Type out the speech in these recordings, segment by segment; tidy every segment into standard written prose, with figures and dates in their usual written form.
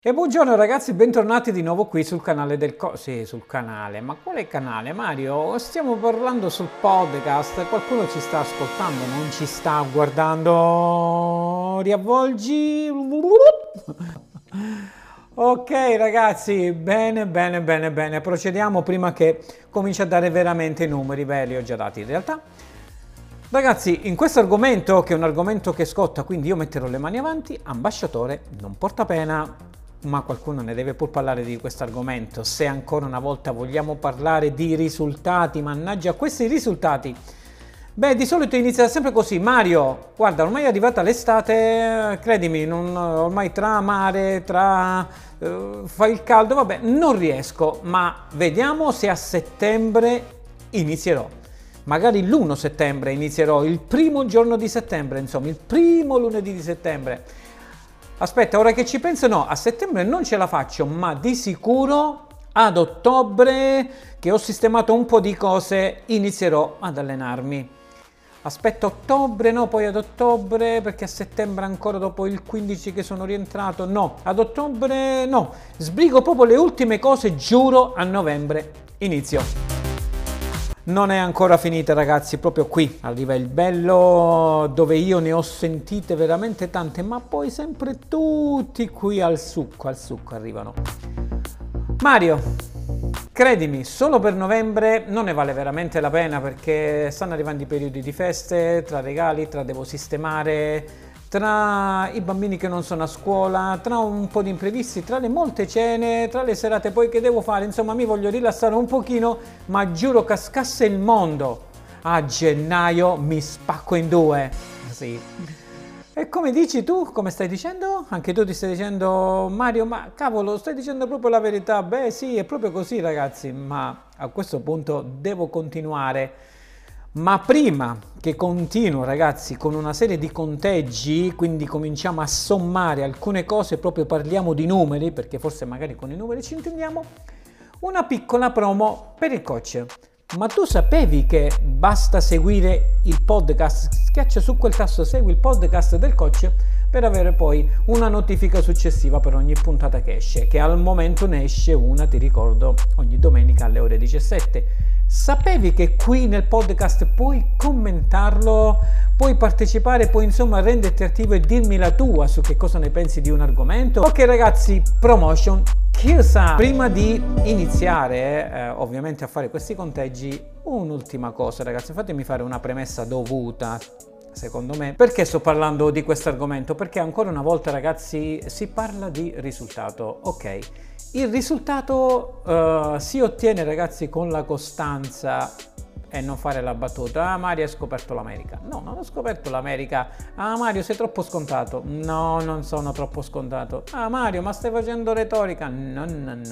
E buongiorno ragazzi, bentornati di nuovo qui sul canale Sì, sul canale, ma quale canale, Mario? Stiamo parlando sul podcast, qualcuno ci sta ascoltando, non ci sta guardando, riavvolgi. Ok ragazzi, bene, procediamo prima che cominci a dare veramente i numeri, beh li ho già dati in realtà. Ragazzi, in questo argomento, che è un argomento che scotta, quindi io metterò le mani avanti, ambasciatore non porta pena. Ma qualcuno ne deve pur parlare di questo argomento. Se ancora una volta vogliamo parlare di risultati, mannaggia questi risultati. Beh, di solito inizia sempre così. Mario, guarda, ormai è arrivata l'estate, credimi, ormai tra mare, fa il caldo, vabbè, non riesco, ma vediamo se a settembre inizierò. Magari l'1 settembre inizierò, il primo giorno di settembre, insomma, il primo lunedì di settembre. Aspetta, ora che ci penso, no, a settembre non ce la faccio, ma di sicuro ad ottobre, che ho sistemato un po' di cose, inizierò ad allenarmi. Aspetta ottobre, no, poi ad ottobre, perché a settembre ancora dopo il 15 che sono rientrato, no, ad ottobre no, sbrigo proprio le ultime cose, giuro, a novembre inizio. Non è ancora finita ragazzi, proprio qui arriva il bello, dove io ne ho sentite veramente tante, ma poi sempre tutti qui al succo arrivano. Mario, credimi, solo per novembre non ne vale veramente la pena, perché stanno arrivando i periodi di feste, tra regali, tra devo sistemare, tra i bambini che non sono a scuola, tra un po' di imprevisti, tra le molte cene, tra le serate poi che devo fare, insomma mi voglio rilassare un pochino, ma giuro cascasse il mondo, a gennaio mi spacco in due. Sì. E come dici tu? Come stai dicendo? Anche tu ti stai dicendo, Mario, ma cavolo, stai dicendo proprio la verità? Beh sì, è proprio così ragazzi, ma a questo punto devo continuare. Ma prima che continuo ragazzi con una serie di conteggi, quindi cominciamo a sommare alcune cose, proprio parliamo di numeri, perché forse magari con i numeri ci intendiamo, una piccola promo per il coach. Ma tu sapevi che basta seguire il podcast, schiaccia su quel tasto segui il podcast del coach per avere poi una notifica successiva per ogni puntata che esce, che al momento ne esce una, ti ricordo, ogni domenica alle ore 17. Sapevi che qui nel podcast puoi commentarlo, puoi partecipare, puoi insomma renderti attivo e dirmi la tua su che cosa ne pensi di un argomento? Ok ragazzi, promotion chiusa! Prima di iniziare ovviamente a fare questi conteggi, un'ultima cosa ragazzi, fatemi fare una premessa dovuta. Secondo me, perché sto parlando di questo argomento? Perché ancora una volta ragazzi si parla di risultato, ok? Il risultato si ottiene ragazzi con la costanza e non fare la battuta, ah Mario hai scoperto l'America. No, non ho scoperto l'America. Ah Mario sei troppo scontato. No, non sono troppo scontato. Ah Mario ma stai facendo retorica. No.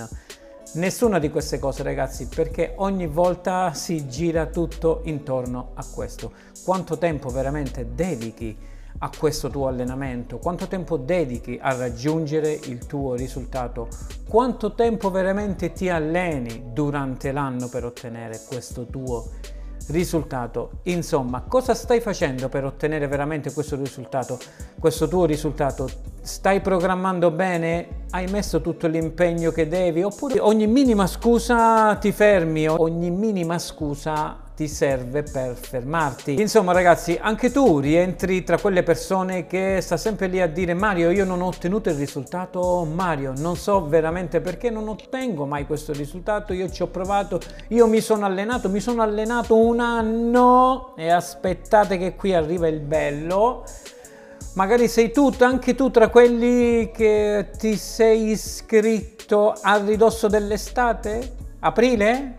Nessuna di queste cose ragazzi, perché ogni volta si gira tutto intorno a questo. Quanto tempo veramente dedichi a questo tuo allenamento? Quanto tempo dedichi a raggiungere il tuo risultato? Quanto tempo veramente ti alleni durante l'anno per ottenere questo tuo risultato? Insomma, cosa stai facendo per ottenere veramente questo risultato? Questo tuo risultato? Stai programmando bene? Hai messo tutto l'impegno che devi? Oppure ogni minima scusa ti fermi? Ogni minima scusa ti serve per fermarti? Insomma ragazzi, anche tu rientri tra quelle persone che sta sempre lì a dire Mario io non ho ottenuto il risultato, Mario non so veramente perché non ottengo mai questo risultato, io ci ho provato, io mi sono allenato un anno e aspettate che qui arriva il bello. Magari sei tu, anche tu tra quelli che ti sei iscritto al ridosso dell'estate? Aprile?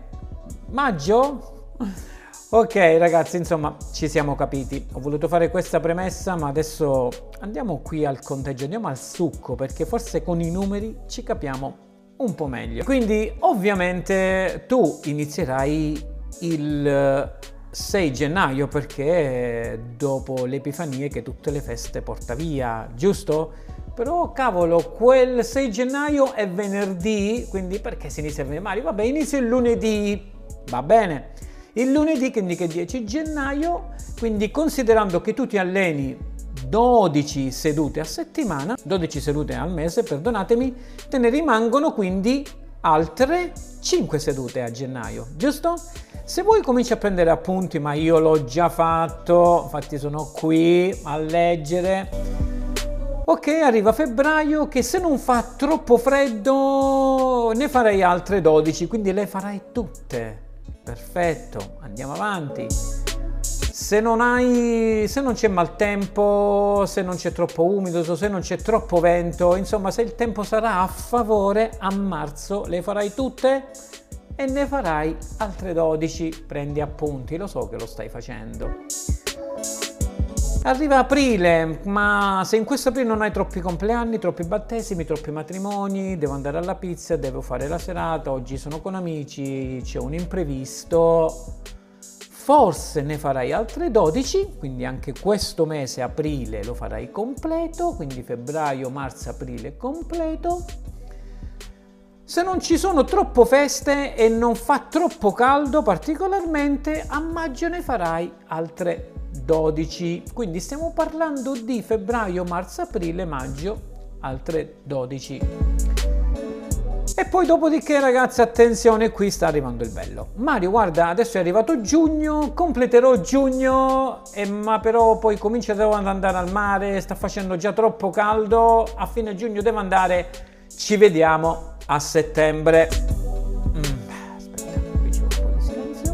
Maggio? Ok ragazzi, insomma ci siamo capiti. Ho voluto fare questa premessa, ma adesso andiamo qui al conteggio, andiamo al succo, perché forse con i numeri ci capiamo un po' meglio. Quindi ovviamente tu inizierai il 6 gennaio, perché dopo le Epifanie che tutte le feste porta via, giusto? Però cavolo, quel 6 gennaio è venerdì, quindi perché si inizia il venerdì? Mario, vabbè, inizia il lunedì, va bene. Il lunedì, quindi che 10 gennaio, quindi considerando che tu ti alleni 12 sedute a settimana, 12 sedute al mese, perdonatemi, te ne rimangono quindi altre 5 sedute a gennaio, giusto? Se vuoi cominci a prendere appunti, ma io l'ho già fatto, infatti sono qui a leggere. Ok, arriva febbraio che se non fa troppo freddo ne farei altre 12, quindi le farai tutte. Perfetto, andiamo avanti. Se non c'è maltempo, se non c'è troppo umido, se non c'è troppo vento, insomma se il tempo sarà a favore, a marzo le farai tutte e ne farai altre 12. Prendi appunti, lo so che lo stai facendo. Arriva aprile, ma se in questo aprile non hai troppi compleanni, troppi battesimi, troppi matrimoni, devo andare alla pizza, devo fare la serata, oggi sono con amici, c'è un imprevisto, forse ne farai altre 12, quindi anche questo mese aprile lo farai completo, quindi febbraio, marzo, aprile completo. Se non ci sono troppo feste e non fa troppo caldo particolarmente, a maggio ne farai altre 12. Quindi stiamo parlando di febbraio, marzo, aprile, maggio, altre 12. E poi dopodiché ragazzi, attenzione, qui sta arrivando il bello. Mario, guarda, adesso è arrivato giugno, completerò giugno, ma però poi comincerò ad andare al mare, sta facendo già troppo caldo, a fine giugno devo andare, ci vediamo a settembre. Aspetta, qui c'è un po' di silenzio.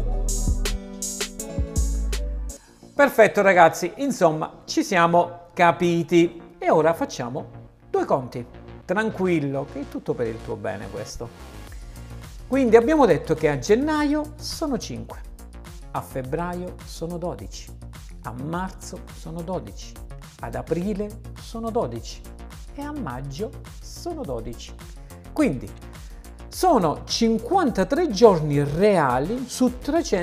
Perfetto ragazzi, insomma ci siamo capiti e ora facciamo due conti. Tranquillo, che è tutto per il tuo bene questo. Quindi abbiamo detto che a gennaio sono 5, a febbraio sono 12, a marzo sono 12, ad aprile sono 12 e a maggio sono 12. Quindi sono 53 giorni reali su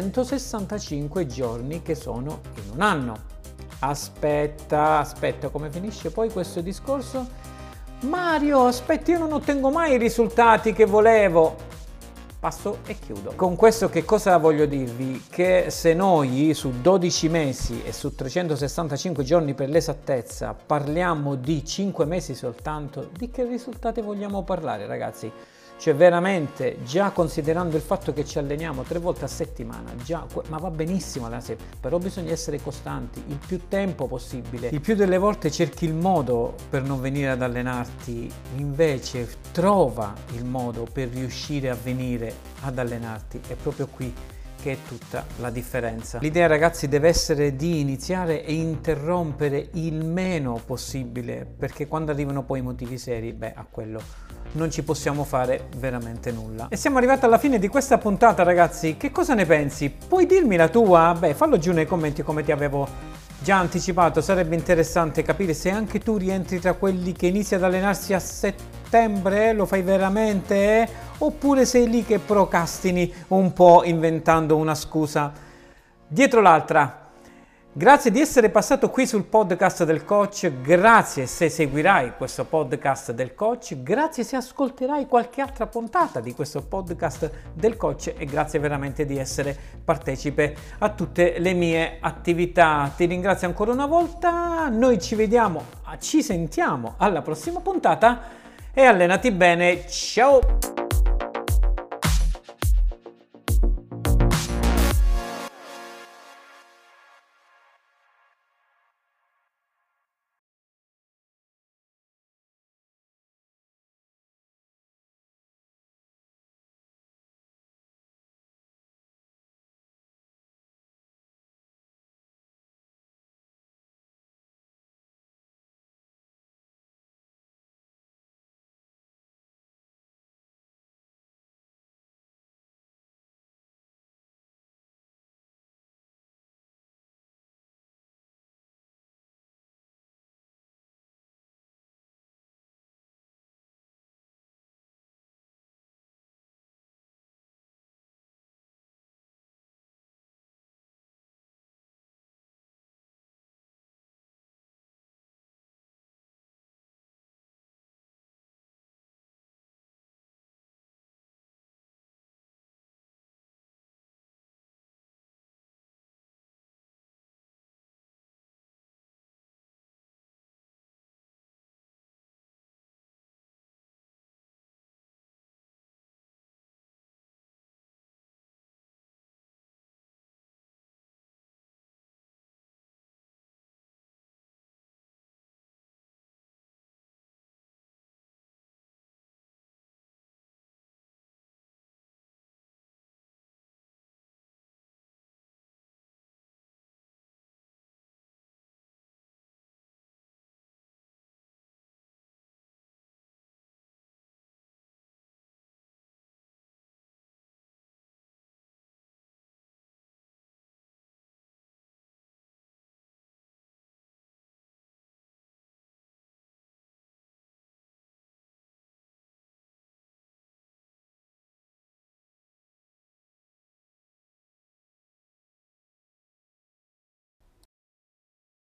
365 giorni che sono in un anno. Aspetta, come finisce poi questo discorso? Mario, aspetta, io non ottengo mai i risultati che volevo. Passo e chiudo. Con questo che cosa voglio dirvi? Che se noi su 12 mesi e su 365 giorni per l'esattezza parliamo di 5 mesi soltanto, di che risultati vogliamo parlare ragazzi? Cioè veramente, già considerando il fatto che ci alleniamo 3 volte a settimana, già, ma va benissimo però bisogna essere costanti, il più tempo possibile. Il più delle volte cerchi il modo per non venire ad allenarti, invece trova il modo per riuscire a venire ad allenarti, è proprio qui che è tutta la differenza. L'idea ragazzi deve essere di iniziare e interrompere il meno possibile, perché quando arrivano poi i motivi seri, a quello non ci possiamo fare veramente nulla. E siamo arrivati alla fine di questa puntata ragazzi, che cosa ne pensi? Puoi dirmi la tua? Fallo giù nei commenti come ti avevo già anticipato, sarebbe interessante capire se anche tu rientri tra quelli che inizi ad allenarsi a settembre, lo fai veramente? Oppure sei lì che procrastini un po' inventando una scusa dietro l'altra. Grazie di essere passato qui sul podcast del coach, grazie se seguirai questo podcast del coach, grazie se ascolterai qualche altra puntata di questo podcast del coach e grazie veramente di essere partecipe a tutte le mie attività. Ti ringrazio ancora una volta, noi ci sentiamo alla prossima puntata e allenati bene, ciao!